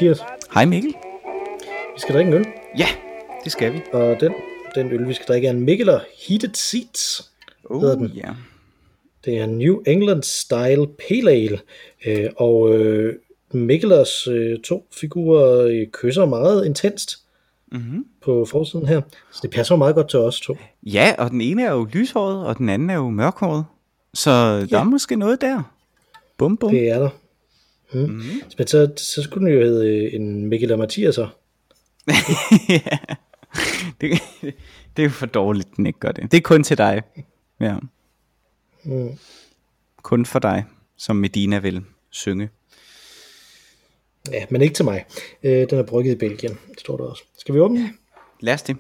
Mathias. Hej Mikkel. Vi skal drikke en øl. Ja, det skal vi. Og den øl, vi skal drikke, er en Mikkeler Heated Seats. Hedder den. Ja. Det er New England Style Pale Ale. Og Mikkelers to figurer kysser meget intenst på forsiden her. Så det passer meget godt til os to. Ja, og den ene er jo lyshåret, og den anden er jo mørkhåret. Så der er måske noget der. Bum, bum. Det er der. Men så skulle den jo hedde en Mikkel og Mathias så. Ja. Det er jo for dårligt, den ikke gør det. Det er kun til dig. Ja. Kun for dig, som Medina vil synge. Ja, men ikke til mig. Den er brygget i Belgien, det står der også. Skal vi åbne den? Lad os det.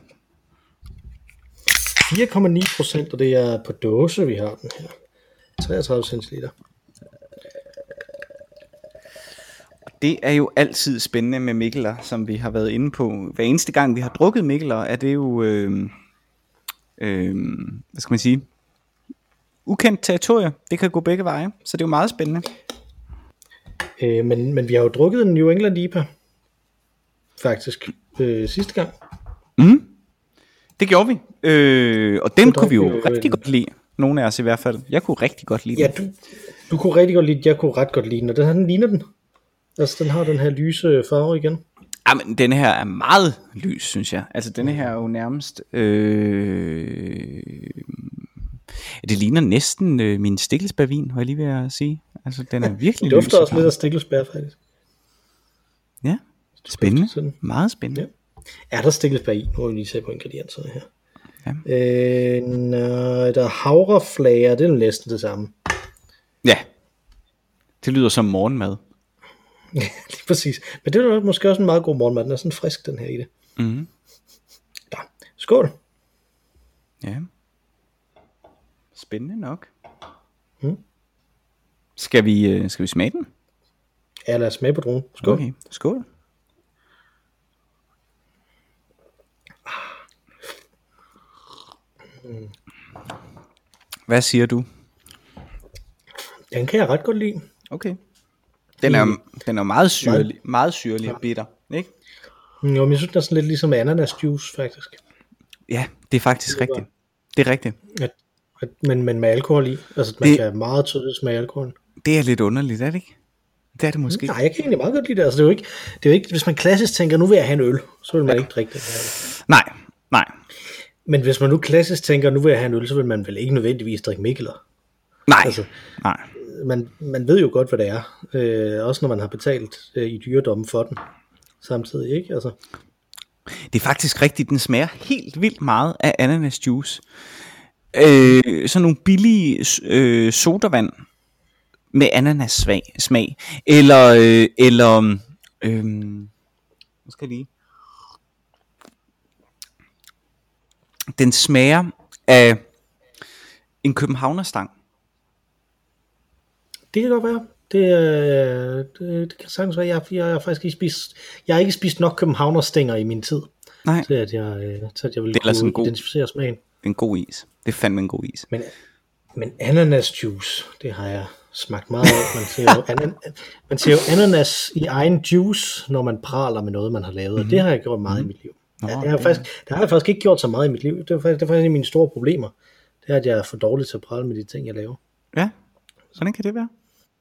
4,9%, og det er på dåse, vi har den her. 33 centiliter. Det er jo altid spændende med Mikkeler, som vi har været inde på. Hver eneste gang, vi har drukket Mikkeler, er det jo, hvad skal man sige, ukendt territorie. Det kan gå begge veje, så det er jo meget spændende. Men vi har jo drukket en New England IPA, faktisk, sidste gang. Det gjorde vi, og den kunne vi jo rigtig godt lide. Nogle af os i hvert fald. Jeg kunne rigtig godt lide den. Ja, du kunne rigtig godt lide den. Jeg kunne ret godt lide den, og den ligner den. Altså, den har den her lyse farve igen. Jamen, denne her er meget lys, synes jeg. Altså, denne her er jo nærmest... det ligner næsten min stikkelsbærvin, var jeg lige ved at sige. Altså, den er virkelig lys. Det dufter også lidt af stikkelsbær, faktisk. Ja, spændende. Meget spændende. Ja. Er der stikkelsbær i? Nu må vi lige se på ingredienserne her. Ja. Der er havreflager, det er næsten det samme. Ja, det lyder som morgenmad. Ja, lige præcis. Men det er måske også en meget god morgenmad. Den er sådan frisk, den her i det. Ja, skål. Ja. Spændende nok. Skal vi smage den? Ja, lad os smage på druen. Skål. Okay, skål. Hvad siger du? Den kan jeg ret godt lide. Okay. Den er meget syrlig og bitter, ikke? Jo, men jeg synes, den er sådan lidt ligesom ananasjuice, faktisk. Ja, det er faktisk rigtigt. Det er rigtigt. Men med alkohol i. Altså, man kan meget tydeligt smage alkohol. Det er lidt underligt, er det ikke? Det er det måske. Nej, jeg kan egentlig meget godt lide det. Altså, det er jo ikke, hvis man klassisk tænker, nu vil jeg have en øl, så vil man ikke drikke det her. Nej. Men hvis man nu klassisk tænker, nu vil jeg have en øl, så vil man vel ikke nødvendigvis drikke Mikkeler. Nej. Man ved jo godt, hvad det er. Også når man har betalt i dyredommen for den. Samtidig, ikke? Altså. Det er faktisk rigtigt, den smager helt vildt meget af ananasjuice. Sådan nogle billige sodavand med ananas smag. Eller hvad skal jeg lige? Den smager af en københavnerstang. Det kan godt være. Det kan sagtens være. Jeg har faktisk ikke spist nok københavnerstænger i min tid. Nej. Til at jeg vil kunne identificere smagen. En god is. Det er fandme en god is. Men ananasjuice, det har jeg smagt meget af. Man ser jo ananas i egen juice, når man praler med noget, man har lavet. Og det har jeg gjort meget i mit liv. Det har jeg faktisk ikke gjort så meget i mit liv. Det er faktisk en af mine store problemer. Det er, at jeg er for dårlig til at prale med de ting, jeg laver. Ja, hvordan kan det være?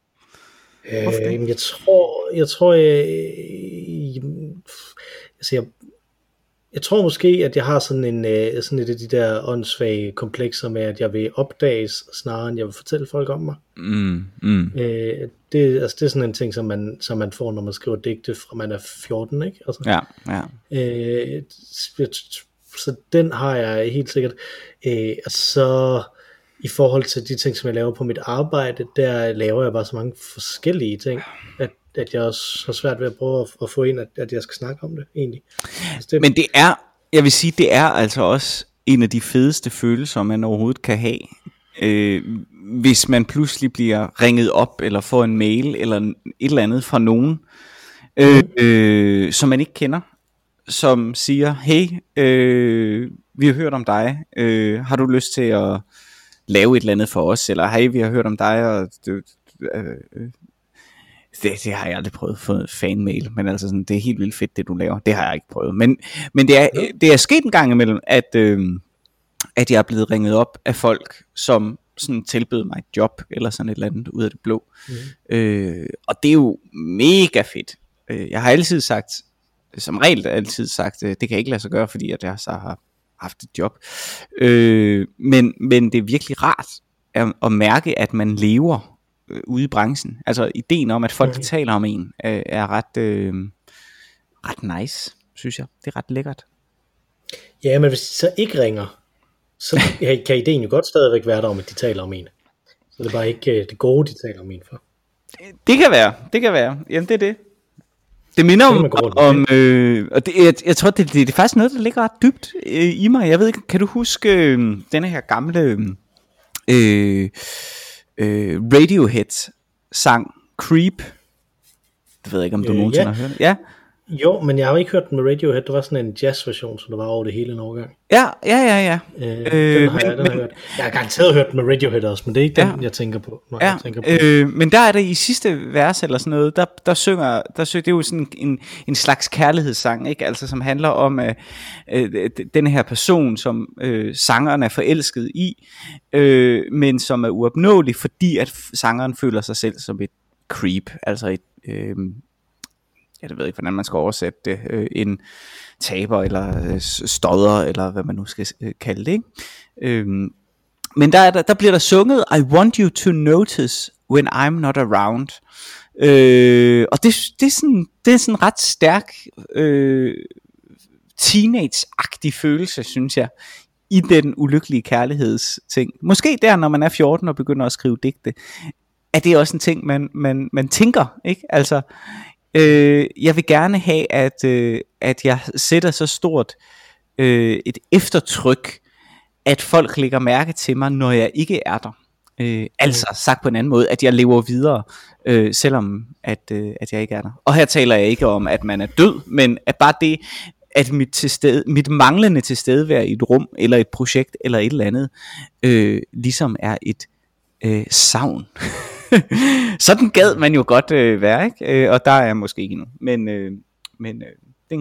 Jeg tror måske, at jeg har sådan et af de der åndssvage komplekser med, at jeg vil opdages snarere, end jeg vil fortælle folk om mig. Det er sådan en ting, som man får, når man skriver digte fra man er 14, ikke? Altså, ja. Så den har jeg helt sikkert. Og så i forhold til de ting, som jeg laver på mit arbejde, der laver jeg bare så mange forskellige ting, at jeg også har svært ved at prøve at få ind, at jeg skal snakke om det, egentlig. Altså, Men jeg vil sige, det er altså også en af de fedeste følelser, man overhovedet kan have, hvis man pludselig bliver ringet op, eller får en mail, eller et eller andet fra nogen, som man ikke kender, som siger, hey, vi har hørt om dig, har du lyst til at lave et eller andet for os, eller hey, vi har hørt om dig, og det har jeg aldrig prøvet, fået fanmail, men altså sådan, det er helt vildt fedt, det du laver. Det har jeg ikke prøvet. Men det er sket en gang imellem, at jeg er blevet ringet op af folk, som sådan tilbød mig et job, eller sådan et eller andet ud af det blå. Og det er jo mega fedt. Jeg har altid sagt, som regel altid sagt, det kan ikke lade sig gøre, fordi at jeg så har haft et job. Men det er virkelig rart at mærke, at man lever ude i branchen. Altså ideen om, at folk taler om en, er ret nice, synes jeg. Det er ret lækkert. Ja, men hvis de så ikke ringer, så kan ideen jo godt stadigvæk være der om, at de taler om en. Så det er bare ikke det gode, de taler om en for. Det kan være. Jamen det er det. Det minder om og jeg tror, det er faktisk noget, der ligger ret dybt i mig. Jeg ved ikke, kan du huske denne her gamle Radiohead-sang Creep? Det ved jeg ikke, om du nogensinde har hørt. Ja. Jo, men jeg har ikke hørt den med Radiohead. Det var sådan en jazzversion, som der var over det hele en overgang. Ja. Den har jeg hørt. Jeg har garanteret hørt den med Radiohead også, men det er ikke den, jeg tænker på. Jeg tænker på. Men der er det i sidste vers eller sådan noget, der synger det er jo sådan en slags kærlighedssang, ikke? Altså som handler om den her person, som sangeren er forelsket i, men som er uopnåelig, fordi at sangeren føler sig selv som et creep, altså et jeg ved ikke, hvordan man skal oversætte det, en taber, eller stodder, eller hvad man nu skal kalde det, ikke? Men der bliver der sunget, I want you to notice when I'm not around. Og det er sådan ret stærk, teenage-agtig følelse, synes jeg, i den ulykkelige kærlighedsting. Måske der, når man er 14 og begynder at skrive digte, er det også en ting, man tænker, ikke? Altså, jeg vil gerne have, at jeg sætter så stort et eftertryk, at folk lægger mærke til mig, når jeg ikke er der. Altså sagt på en anden måde, at jeg lever videre, selvom at jeg ikke er der. Og her taler jeg ikke om, at man er død, men at bare det, at mit manglende tilstedevær i et rum, eller et projekt, eller et eller andet, ligesom er et savn. Sådan gad man jo godt være, ikke? Og der er jeg måske ikke endnu. Men det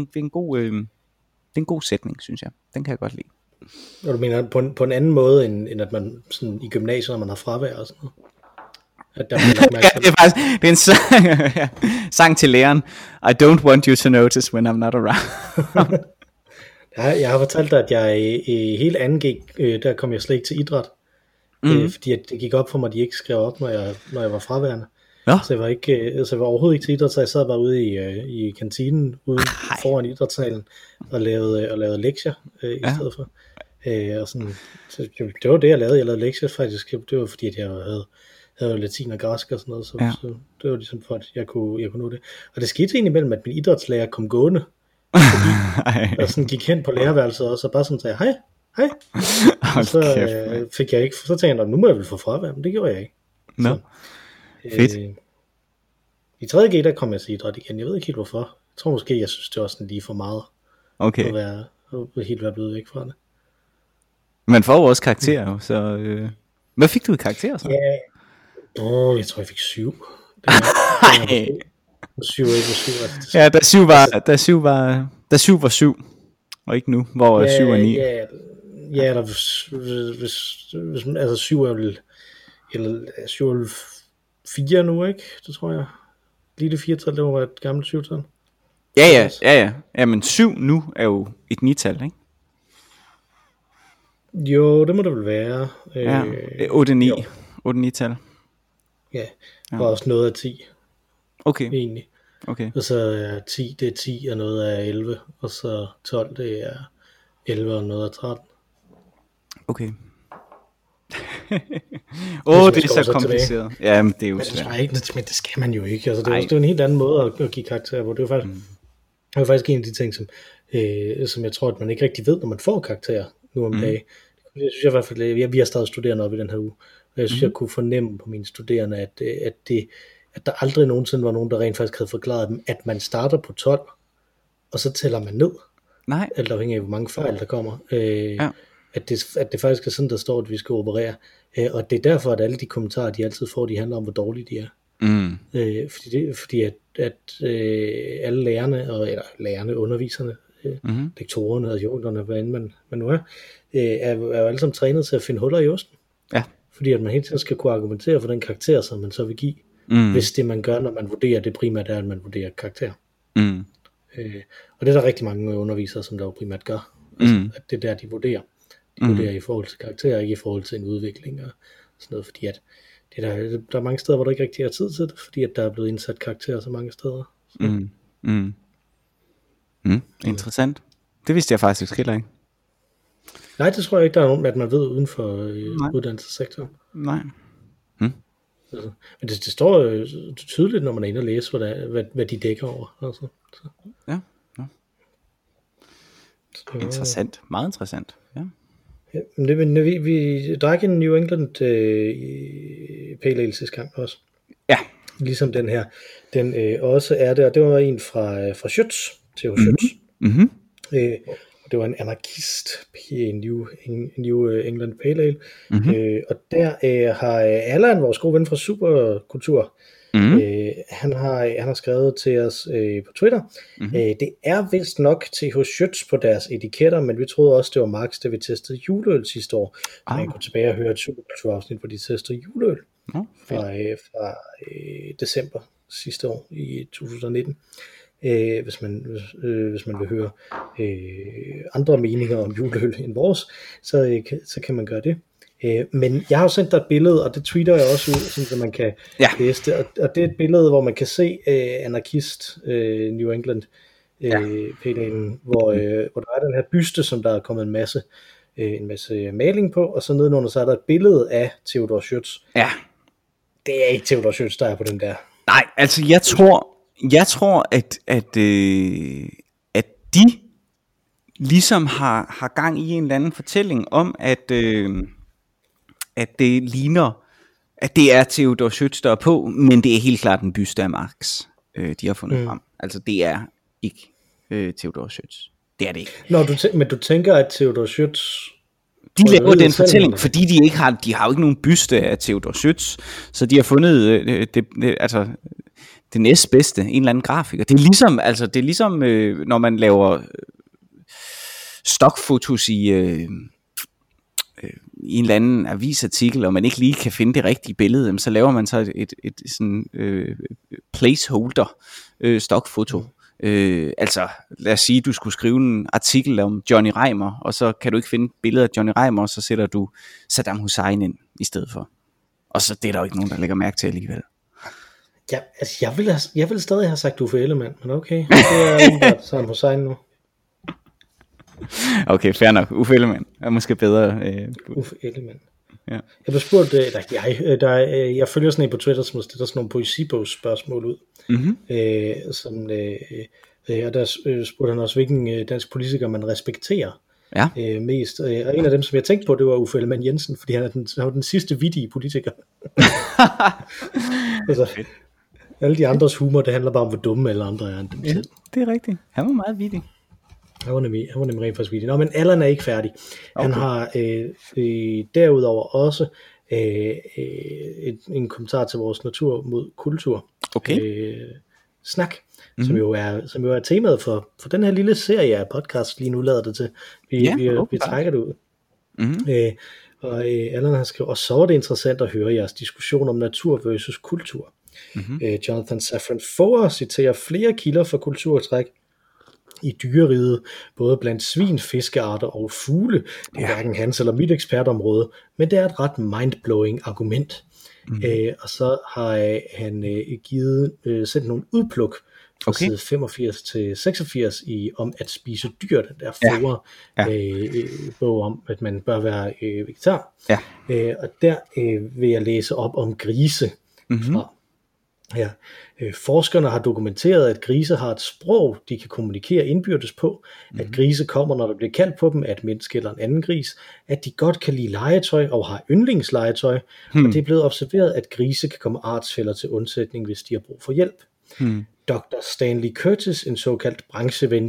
er en god sætning, synes jeg. Den kan jeg godt lide. Og du mener på en anden måde, end at man sådan i gymnasiet, når man har fravær og sådan noget? At der det er faktisk en sang til læreren. I don't want you to notice when I'm not around. Jeg har fortalt dig, at jeg i hele 2G, der kom jeg slet ikke til idræt. Fordi at det gik op for mig, at de ikke skrev op, når jeg var fraværende. Ja. Så jeg var overhovedet ikke til idræt, så jeg sad bare ude i kantinen ude foran idrætssalen og lavede lektier i stedet for. Og sådan, så det var det, jeg lavede. Jeg lavede lektier faktisk. Det var fordi, at jeg havde latin og græsk og sådan noget, så det var ligesom for, at jeg kunne nå det. Og det skete egentlig mellem, at min idrætslærer kom gående, fordi jeg sådan gik hen på lærerværelset, og så bare sådan sagde, hej. Og så fik jeg ikke, så tænkte jeg, nu må jeg vel få fravær, men det gjorde jeg ikke. Nå, fedt. I 3.G, der kom jeg til idræt igen. Jeg ved ikke helt hvorfor. Jeg tror måske, jeg synes, det var sådan lige for meget at helt være blevet væk fra det. Man får jo også karakterer, så hvad fik du i karakterer så? Ja, jeg tror jeg fik 7. 7 Ja, da 7 var 7, og ikke nu, hvor 7 er 9. Ja, eller hvis altså 7 er vel, eller 7 er vel 4 nu, ikke? Det tror jeg. Lige det 4-tal, det var et gammelt 7-tal. Ja, men 7 nu er jo et 9-tal, ikke? Jo, det må det vel være. 8-9-tal. Ja, og også noget af 10. Okay. Egentlig. Okay. Og så er 10, det er 10, og noget af 11, og så 12, det er 11, og noget af 13. Okay. Det er så kompliceret. Ja, men det er jo svært. Men det skal man jo ikke. Altså, det er en helt anden måde at give karakterer på. Det er faktisk en af de ting, som jeg tror, at man ikke rigtig ved, når man får karakterer nu om dagen. Det synes jeg i hvert fald, vi har stadig studerende op i den her uge, og jeg synes, jeg kunne fornemme på mine studerende, at der aldrig nogensinde var nogen, der rent faktisk havde forklaret dem, at man starter på 12, og så tæller man ned. Nej. Alt afhængig af, hvor mange fejl der kommer. At det faktisk er sådan, der står, at vi skal operere. Og det er derfor, at alle de kommentarer, de altid får, de handler om, hvor dårlige de er. Fordi at alle lærerne, underviserne, lektorerne, adjunkterne, hvad end man nu er jo alle sammen trænet til at finde huller i osten. Ja. Fordi at man hele tiden skal kunne argumentere for den karakter, som man så vil give, hvis det man gør, når man vurderer, det primært er, at man vurderer karakter. Og det er der rigtig mange undervisere, som der jo primært gør. Altså, at det er der, de vurderer. De vurderer i forhold til karakter, ikke i forhold til en udvikling og sådan noget, fordi at der er mange steder, hvor der ikke rigtig er tid til det, fordi at der er blevet indsat karakterer så mange steder. Interessant. Det vidste jeg faktisk heller ikke. Nej, det tror jeg ikke, der er nogen, at man ved uden for uddannelsessektoren. Nej. Altså, men det står tydeligt, når man er inde og læse, hvad de dækker over. Altså, så. Ja. Interessant. Meget interessant. Ja. Ja, men vi drak en New England Pale Ale sidste gang også. Ja. Ligesom den her. Den også er der. Det var en fra Schütz, Theo Schütz. Det var en anarkist New England Pale Ale. Og der har Allan, vores gode ven fra Superkultur, han har skrevet til os på Twitter. Det er vist nok TH Schütz på deres etiketter, men vi troede også, det var Max, da vi testede juleøl sidste år. Man kunne tilbage og høre et Superkulturafsnit, hvor de testede juleøl fra december sidste år i 2019. Hvis man vil høre andre meninger om juleøl end vores, så kan man gøre det. Men jeg har jo sendt dig et billede, og det tweeter jeg også ud, så man kan læse det. Og det er et billede, hvor man kan se anarkist New England Pale Ale, hvor der er den her byste, som der er kommet en masse maling på, og så nedenunder så er der et billede af Theodor Schütz. Ja. Det er ikke Theodor Schütz, der er på den der. Nej, altså jeg tror at de ligesom har gang i en eller anden fortælling om, at det ligner, at det er Theodor Schütz, der er på, men det er helt klart en byste af Marx, de har fundet frem. Altså det er ikke Theodor Schütz. Det er det ikke. Men du tænker, at Theodor Schütz... De laver den fortælling, fordi de har jo ikke nogen byste af Theodor Schütz, så de har fundet det næstbedste, en eller anden grafiker. Det er ligesom, når man laver stokfotos i en eller anden avisartikel, og man ikke lige kan finde det rigtige billede, så laver man så et sådan placeholder stokfoto. Altså lad os sige, du skulle skrive en artikel om Johnny Reimer, og så kan du ikke finde billeder af Johnny Reimer, og så sætter du Saddam Hussein ind i stedet for. Og så det er der jo ikke nogen, der lægger mærke til alligevel. Ja, altså jeg vil stadig have sagt Uffe Ellemann, men okay, det er Saddam Hussein nu. Okay, fair nok. Uffe Ellemann er måske bedre. Uffe Ellemann. Ja. Jeg blev spurgt, jeg følger sådan en på Twitter, som stiller sådan nogle poesibogsspørgsmål ud. Og der spurgte han også, hvilken dansk politiker man respekterer mest. Og en af dem, som jeg tænkte på, det var Uffe Ellemann Jensen, fordi han var den sidste vittige politiker. Altså, alle de andres humor, det handler bare om, hvor dumme alle andre er end dem selv. Det er rigtigt. Han var meget vittig. Han var nemlig rent faktisk vittig. Nå, men Allan er ikke færdig. Okay. Han har derudover også en kommentar til vores natur mod kultur snak, som jo er temaet for den her lille serie af podcast, lige nu lader det til. Vi trækker det ud. Og Allan har skrevet, og så var det interessant at høre jeres diskussion om natur versus kultur. Jonathan Safran Foer citerer flere kilder for kulturtræk i dyreriget, både blandt svin, fiskearter og fugle. Det er hverken hans eller mit ekspertområde, men det er et ret mindblowing argument. Og så har han sendt nogle udpluk fra side 85 til 86 om at spise dyr, den der bog om, at man bør være vegetar. Og der vil jeg læse op om grise fra. Forskerne har dokumenteret, at grise har et sprog, de kan kommunikere indbyrdes på, at grise kommer, når der bliver kaldt på dem af et menneske eller en anden gris, at de godt kan lide legetøj og har yndlingslegetøj, og det er blevet observeret, at grise kan komme artsfæller til undsætning, hvis de har brug for hjælp. Dr. Stanley Curtis, en såkaldt branchevenlig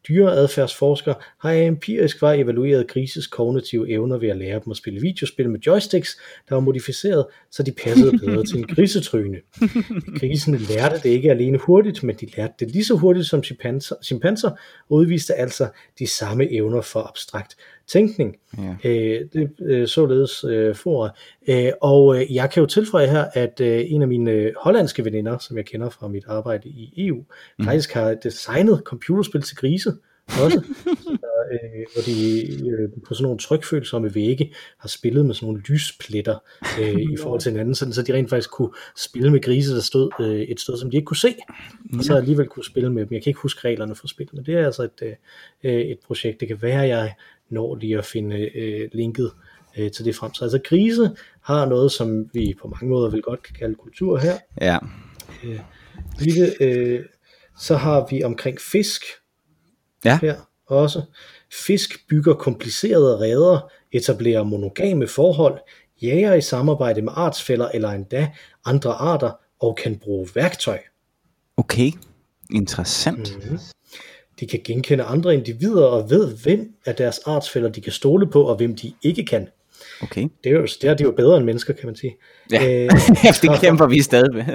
dyreadfærdsforsker, har jeg empirisk var evalueret grises kognitive evner ved at lære dem at spille videospil med joysticks, der var modificeret, så de passede bedre til en grisetryne. Grisene lærte det ikke alene hurtigt, men de lærte det lige så hurtigt som chimpanser, og udviste altså de samme evner for abstrakt tænkning. Således for. Og jeg kan jo tilføje her, at en af mine hollandske veninder, som jeg kender fra mit arbejde i EU, faktisk har designet computerspil til grise også, hvor de på sådan nogle trykfølsomme vægge har spillet med sådan nogle lyspletter i forhold til hinanden, så de rent faktisk kunne spille med grise, der stod et sted, som de ikke kunne se, og så alligevel kunne spille med dem. Jeg kan ikke huske reglerne for spil, men det er altså et projekt. Det kan være, at jeg når lige at finde linket til det frem. Så altså grise har noget, som vi på mange måder vel godt kan kalde kultur her. Ja. Så har vi omkring fisk her også. Fisk bygger komplicerede reder, etablerer monogame forhold, jager i samarbejde med artsfæller eller endda andre arter og kan bruge værktøj. Okay, interessant. De kan genkende andre individer og ved, hvem af deres artsfæller de kan stole på, og hvem de ikke kan. Okay. Det er de jo bedre end mennesker, kan man sige. Ja, det kæmper vi stadig med.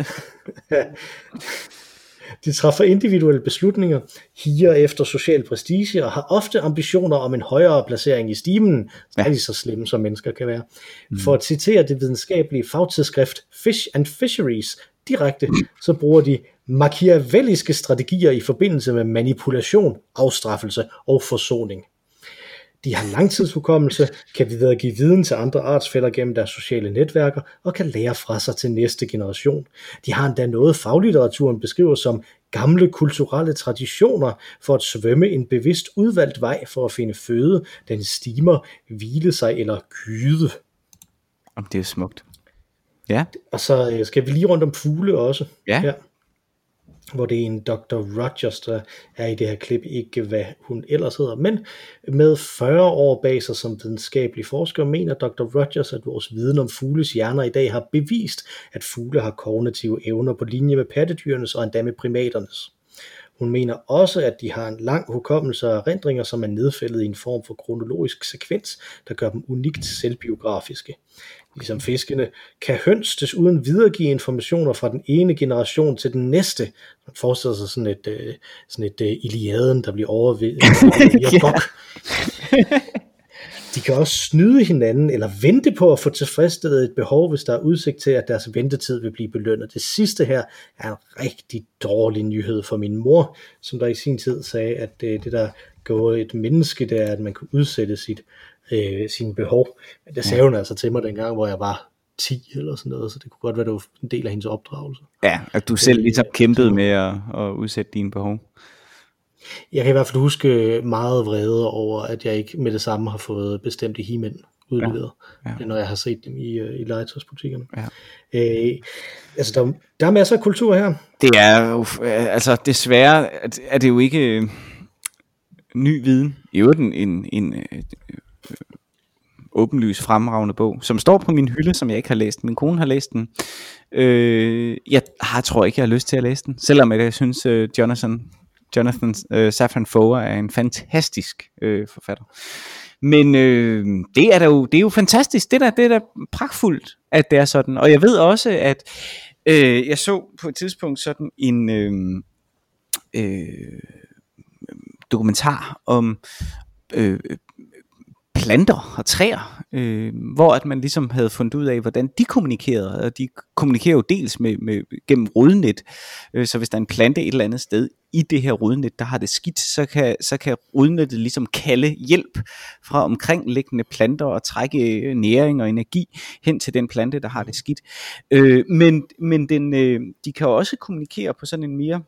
De træffer individuelle beslutninger, higer efter social prestige og har ofte ambitioner om en højere placering i stimen. Så er de så slemme, som mennesker kan være. For at citere det videnskabelige fagtidsskrift Fish and Fisheries direkte, så bruger de machiavelliske strategier i forbindelse med manipulation, afstraffelse og forsoning. De har langtidshukommelse, kan videregive viden til andre artsfæller gennem deres sociale netværker og kan lære fra sig til næste generation. De har endda noget faglitteraturen beskriver som gamle kulturelle traditioner for at svømme en bevidst udvalgt vej for at finde føde, den stimer, hvile sig eller gyde. Om det er smukt. Ja. Og så skal vi lige rundt om fugle også. Ja. Her, hvor det er en Dr. Rogers, der er i det her klip, ikke hvad hun ellers hedder, men med 40 år bag sig som videnskabelig forsker, mener Dr. Rogers, at vores viden om fugles hjerner i dag har bevist, at fugle har kognitive evner på linje med pattedyrenes og endda med primaternes. Hun mener også, at de har en lang hukommelse og erindringer, som er nedfældet i en form for kronologisk sekvens, der gør dem unikt selvbiografiske. Ligesom fiskene kan høns desuden videregive informationer fra den ene generation til den næste. Man forestiller sig sådan et Iliaden, der bliver overværet i et bok. De kan også snyde hinanden eller vente på at få tilfredsstillet et behov, hvis der er udsigt til, at deres ventetid vil blive belønnet. Det sidste her er en rigtig dårlig nyhed for min mor, som der i sin tid sagde, at det der går et menneske, det er, at man kan udsætte sine behov. Men det sagde hun altså til mig dengang, hvor jeg var 10 eller sådan noget, så det kunne godt være, det var en del af hendes opdragelse. Ja, at du selv ligesom kæmpede med at udsætte dine behov. Jeg kan i hvert fald huske meget vrede over, at jeg ikke med det samme har fået bestemte He-Men udleveret, når jeg har set dem i legetøjsbutikkerne. Ja. Altså der er masser af kultur her. Det er jo, altså desværre er det jo ikke ny viden. I øvrigt en åbenlys fremragende bog, som står på min hylde, som jeg ikke har læst. Min kone har læst den. Jeg tror ikke, jeg har lyst til at læse den, selvom jeg synes Jonathan Safran Foer er en fantastisk forfatter. Men det er jo fantastisk. Det er da pragtfuldt, at det er sådan. Og jeg ved også, at jeg så på et tidspunkt sådan en dokumentar om planter og træer, hvor at man ligesom havde fundet ud af, hvordan de kommunikerede, og de kommunikerer jo dels gennem rodnet, så hvis der er en plante et eller andet sted i det her rodnet, der har det skidt, så kan rodnettet ligesom kalde hjælp fra omkringliggende planter og trække næring og energi hen til den plante, der har det skidt. Men de kan jo også kommunikere på sådan en mere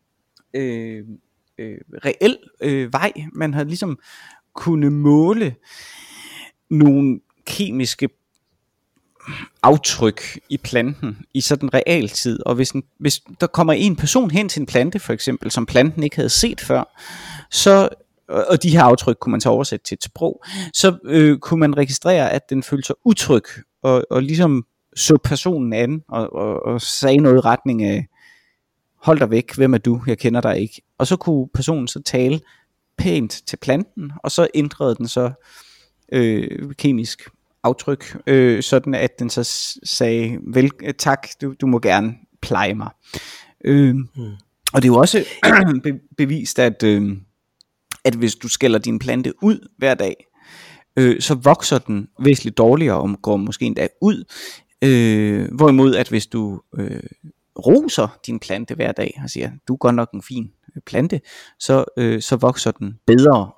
reel vej. Man har ligesom kunne måle nogle kemiske aftryk i planten i sådan realtid, og hvis der kommer en person hen til en plante for eksempel, som planten ikke havde set før, så, og de her aftryk kunne man så oversætte til et sprog, så kunne man registrere, at den følte sig utryg, og ligesom så personen an, og sagde noget i retning af, hold dig væk, hvem er du, jeg kender dig ikke, og så kunne personen så tale pænt til planten, og så ændrede den så kemisk aftryk, sådan at den så sagde, tak, du må gerne pleje mig. Og det er jo også bevist, at hvis du skælder din plante ud hver dag, så vokser den væsentligt dårligere, og går måske endda ud. Hvorimod at hvis du roser din plante hver dag, og siger, du er godt nok en fin plante, så vokser den bedre,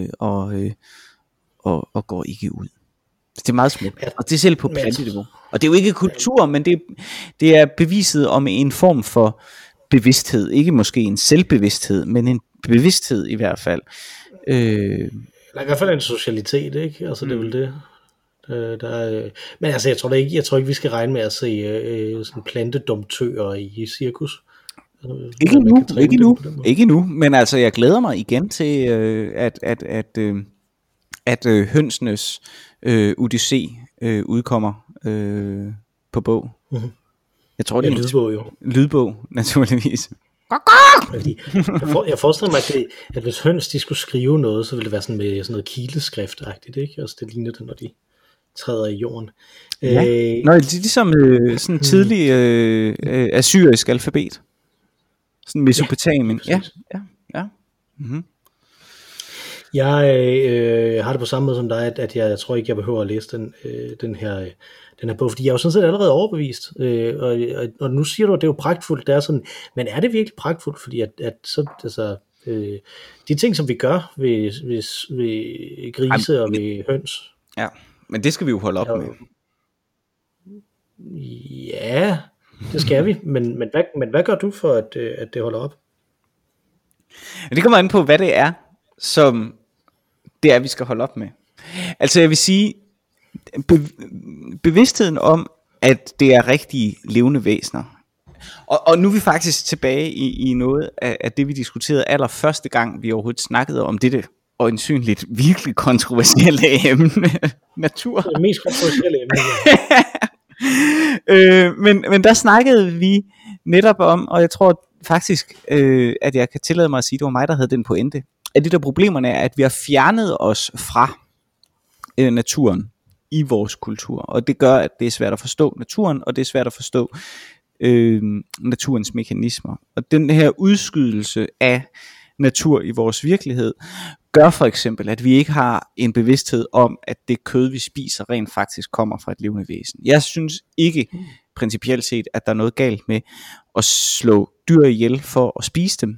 og går ikke ud. Det er meget smukt, og det er selv på planteniveau. Og det er jo ikke kultur, men det er beviset om en form for bevidsthed. Ikke måske en selvbevidsthed, men en bevidsthed i hvert fald. Der er i hvert fald en socialitet, ikke? Altså det er vel det. Men altså jeg tror ikke vi skal regne med at se sådan plantedomtører i cirkus. Ikke nu, men altså jeg glæder mig igen til at hønsenes Odyssé udkommer på bog. Mm-hmm. Jeg tror det er lydbog jo. Lydbog naturligvis. Fordi jeg forestiller mig, at hvis høns de skulle skrive noget, så ville det være sådan med sådan noget kileskrift-agtigt, ikke? Altså det ligner det, når de træder i jorden. Ja. Det er ligesom sådan tidlig assyrisk alfabet. Sådan Mesopotamien. Ja. Mm-hmm. Jeg har det på samme måde som dig, at jeg tror ikke, jeg behøver at læse den her bog, fordi jeg er jo sådan set allerede overbevist, og nu siger du, at det er jo pragtfuldt, det er sådan, men er det virkelig pragtfuldt, fordi at så, altså, de ting, som vi gør ved grise og ved høns. Ja, men det skal vi jo holde op med. Ja, det skal vi, men hvad gør du for, at det holder op? Det kommer an på, hvad det er, som det er, vi skal holde op med. Altså jeg vil sige, bevidstheden om, at det er rigtige levende væsener. Og nu er vi faktisk tilbage i noget af det, vi diskuterede allerførste gang, vi overhovedet snakkede om dette øjensynligt virkelig kontroversielle emne, natur. Det mest kontroversielle emne. Men der snakkede vi netop om, og jeg tror faktisk, at jeg kan tillade mig at sige, at det var mig, der havde den pointe, at det der problemerne er, at vi har fjernet os fra naturen i vores kultur, og det gør, at det er svært at forstå naturen, og det er svært at forstå naturens mekanismer. Og den her udskydelse af natur i vores virkelighed, gør for eksempel, at vi ikke har en bevidsthed om, at det kød, vi spiser, rent faktisk kommer fra et levende væsen. Jeg synes ikke principielt set, at der er noget galt med at slå dyr ihjel for at spise dem.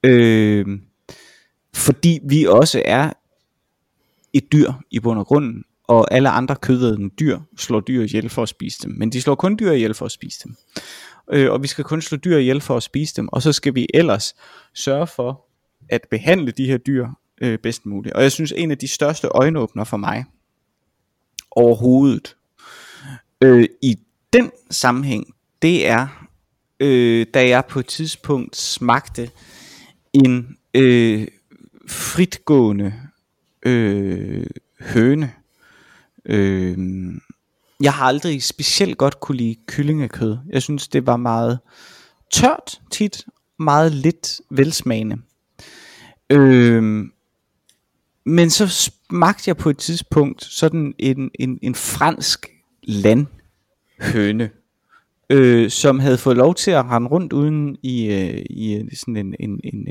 Fordi vi også er et dyr i bund og grunden, og alle andre kødædende dyr slår dyr ihjel for at spise dem, men de slår kun dyr ihjel for at spise dem. Og vi skal kun slå dyr ihjel for at spise dem, og så skal vi ellers sørge for at behandle de her dyr bedst muligt. Og jeg synes, en af de største øjenåbner for mig overhovedet i den sammenhæng, det er, da jeg på et tidspunkt smagte en fritgående høne. Jeg har aldrig specielt godt kunne lide kyllingekød. Jeg synes det var meget tørt tit, meget lidt velsmagende. Men så smagte jeg på et tidspunkt sådan en fransk landhøne, som havde fået lov til at rende rundt uden i sådan en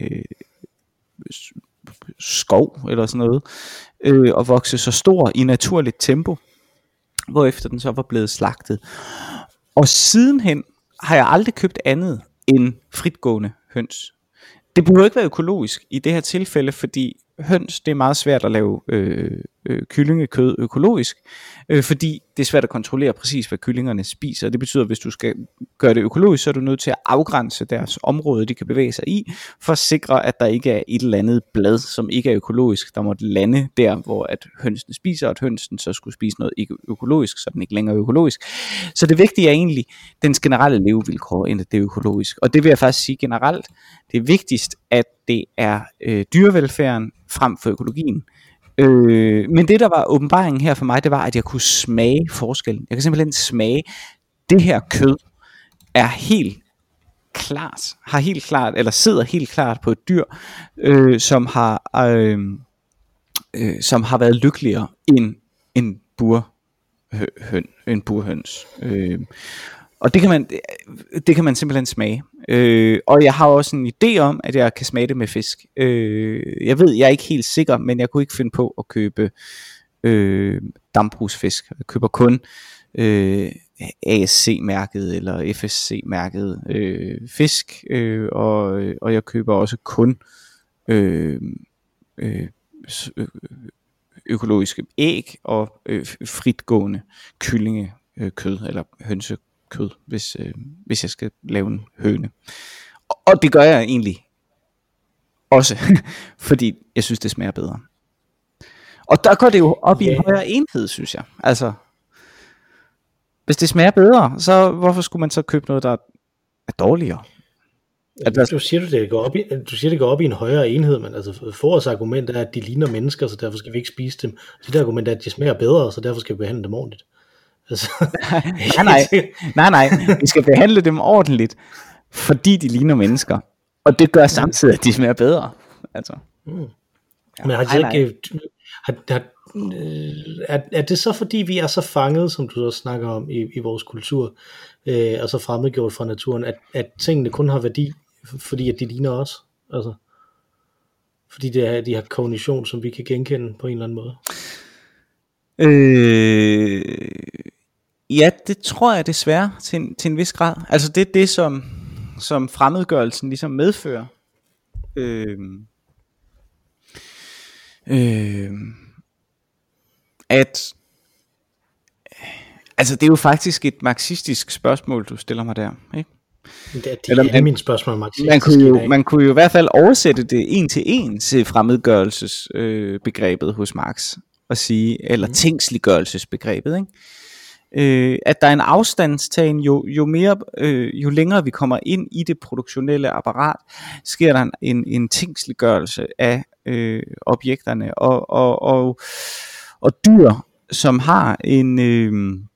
skov eller sådan noget, og vokse så stor i naturligt tempo, hvorefter den så var blevet slagtet. Og sidenhen har jeg aldrig købt andet end fritgående høns. Det burde ikke være økologisk i det her tilfælde, fordi høns, det er meget svært at lave kyllingekød økologisk, fordi det er svært at kontrollere præcis, hvad kyllingerne spiser. Det betyder, at hvis du skal gøre det økologisk, så er du nødt til at afgrænse deres område, de kan bevæge sig i, for at sikre, at der ikke er et eller andet blad, som ikke er økologisk, der måtte lande der, hvor at hønsene spiser, og at hønsen så skulle spise noget ikke økologisk, så den ikke længere er økologisk. Så det vigtige er egentlig dens generelle levevilkår, end at det er økologisk. Og det vil jeg faktisk sige generelt, det er vigtigst, at det er dyrevelfærden frem for økologien. Men det der var åbenbaringen her for mig, det var at jeg kunne smage forskellen. Jeg kan simpelthen smage, det her kød er helt har helt klart, eller sidder helt klart på et dyr, som har været lykkeligere end en burhøns. Og det kan man simpelthen smage. Og jeg har også en idé om, at jeg kan smage det med fisk. Jeg er ikke helt sikker, men jeg kunne ikke finde på at købe dambrugsfisk. Jeg køber kun ASC-mærket eller FSC-mærket fisk, og jeg køber også kun økologiske æg og fritgående kyllingekød eller hønsekød, hvis jeg skal lave en høne. Og det gør jeg egentlig også, fordi jeg synes det smager bedre. Og der går det jo op i en højere enhed, synes jeg. Altså, hvis det smager bedre, så hvorfor skulle man så købe noget, der er dårligere? Du siger, det går op i en højere enhed, men altså vores argument er, at de ligner mennesker, så derfor skal vi ikke spise dem. Så det argument er, at de smager bedre, så derfor skal vi behandle dem ordentligt. Altså, nej, vi skal behandle dem ordentligt, fordi de ligner mennesker. Og det gør samtidig, at de smager bedre. Altså. Men har de ikke... Er det så fordi vi er så fanget, som du også snakker om i vores kultur, og så fremmedgjort fra naturen, at tingene kun har værdi, fordi at de ligner os? Altså, fordi de har kognition, som vi kan genkende på en eller anden måde? Ja, det tror jeg desværre til en vis grad. Altså det er det, som fremmedgørelsen ligesom medfører. At altså det er jo faktisk et marxistisk spørgsmål, du stiller mig der, ikke? Det er mine spørgsmål marxistisk. Man kunne jo i hvert fald oversætte det en til en til fremmedgørelsesbegrebet hos Marx og sige, eller tingsliggørelsesbegrebet, ikke? At der er en afstandstagen, jo længere vi kommer ind i det produktionelle apparat, sker der en tingsliggørelse af objekterne og dyr, som har en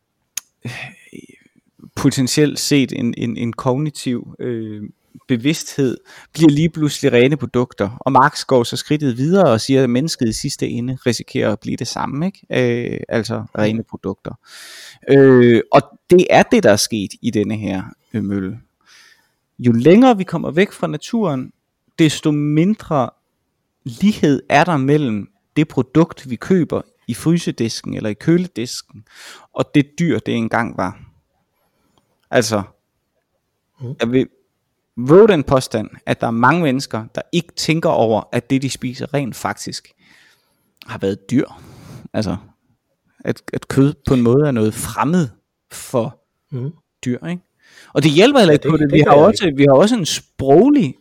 potentielt set en kognitiv bevidsthed, bliver lige pludselig rene produkter. Og Marx går så skridtet videre og siger, at mennesket i sidste ende risikerer at blive det samme, ikke? Altså rene produkter. Og det er det, der er sket i denne her mølle. Jo længere vi kommer væk fra naturen, desto mindre lighed er der mellem det produkt, vi køber i frysedisken eller i køledisken, og det dyr, det engang var. Altså, jeg vil våge den påstand, at der er mange mennesker, der ikke tænker over, at det de spiser rent faktisk har været dyr. Altså, at kød på en måde er noget fremmed for dyr, ikke? Og det hjælper heller ikke på det. Vi har også en sproglig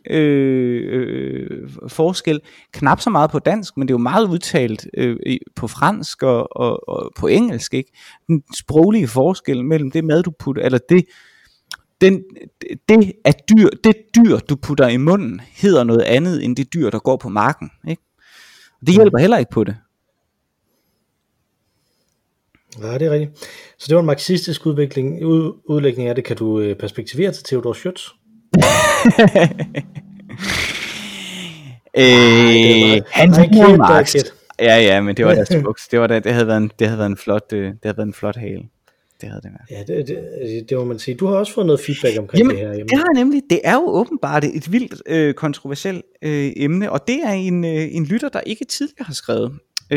forskel. Knap så meget på dansk, men det er jo meget udtalt på fransk og på engelsk, ikke? Den sproglige forskel mellem det mad du putter, eller det dyr du putter i munden hedder noget andet end det dyr der går på marken, ikke? Det hjælper heller ikke på det. Ja, det er rigtigt. Så det var en marxistisk udlægning af det. Kan du perspektivere til Theodor Schütz? Han var Marx. Ja, men det var deres buks. Det havde været en flot hale. Det havde det været. Ja, det må man sige. Du har også fået noget feedback omkring det her. Det har nemlig. Det er jo åbenbart et vildt kontroversielt emne, og det er en lytter, der ikke tidligere har skrevet.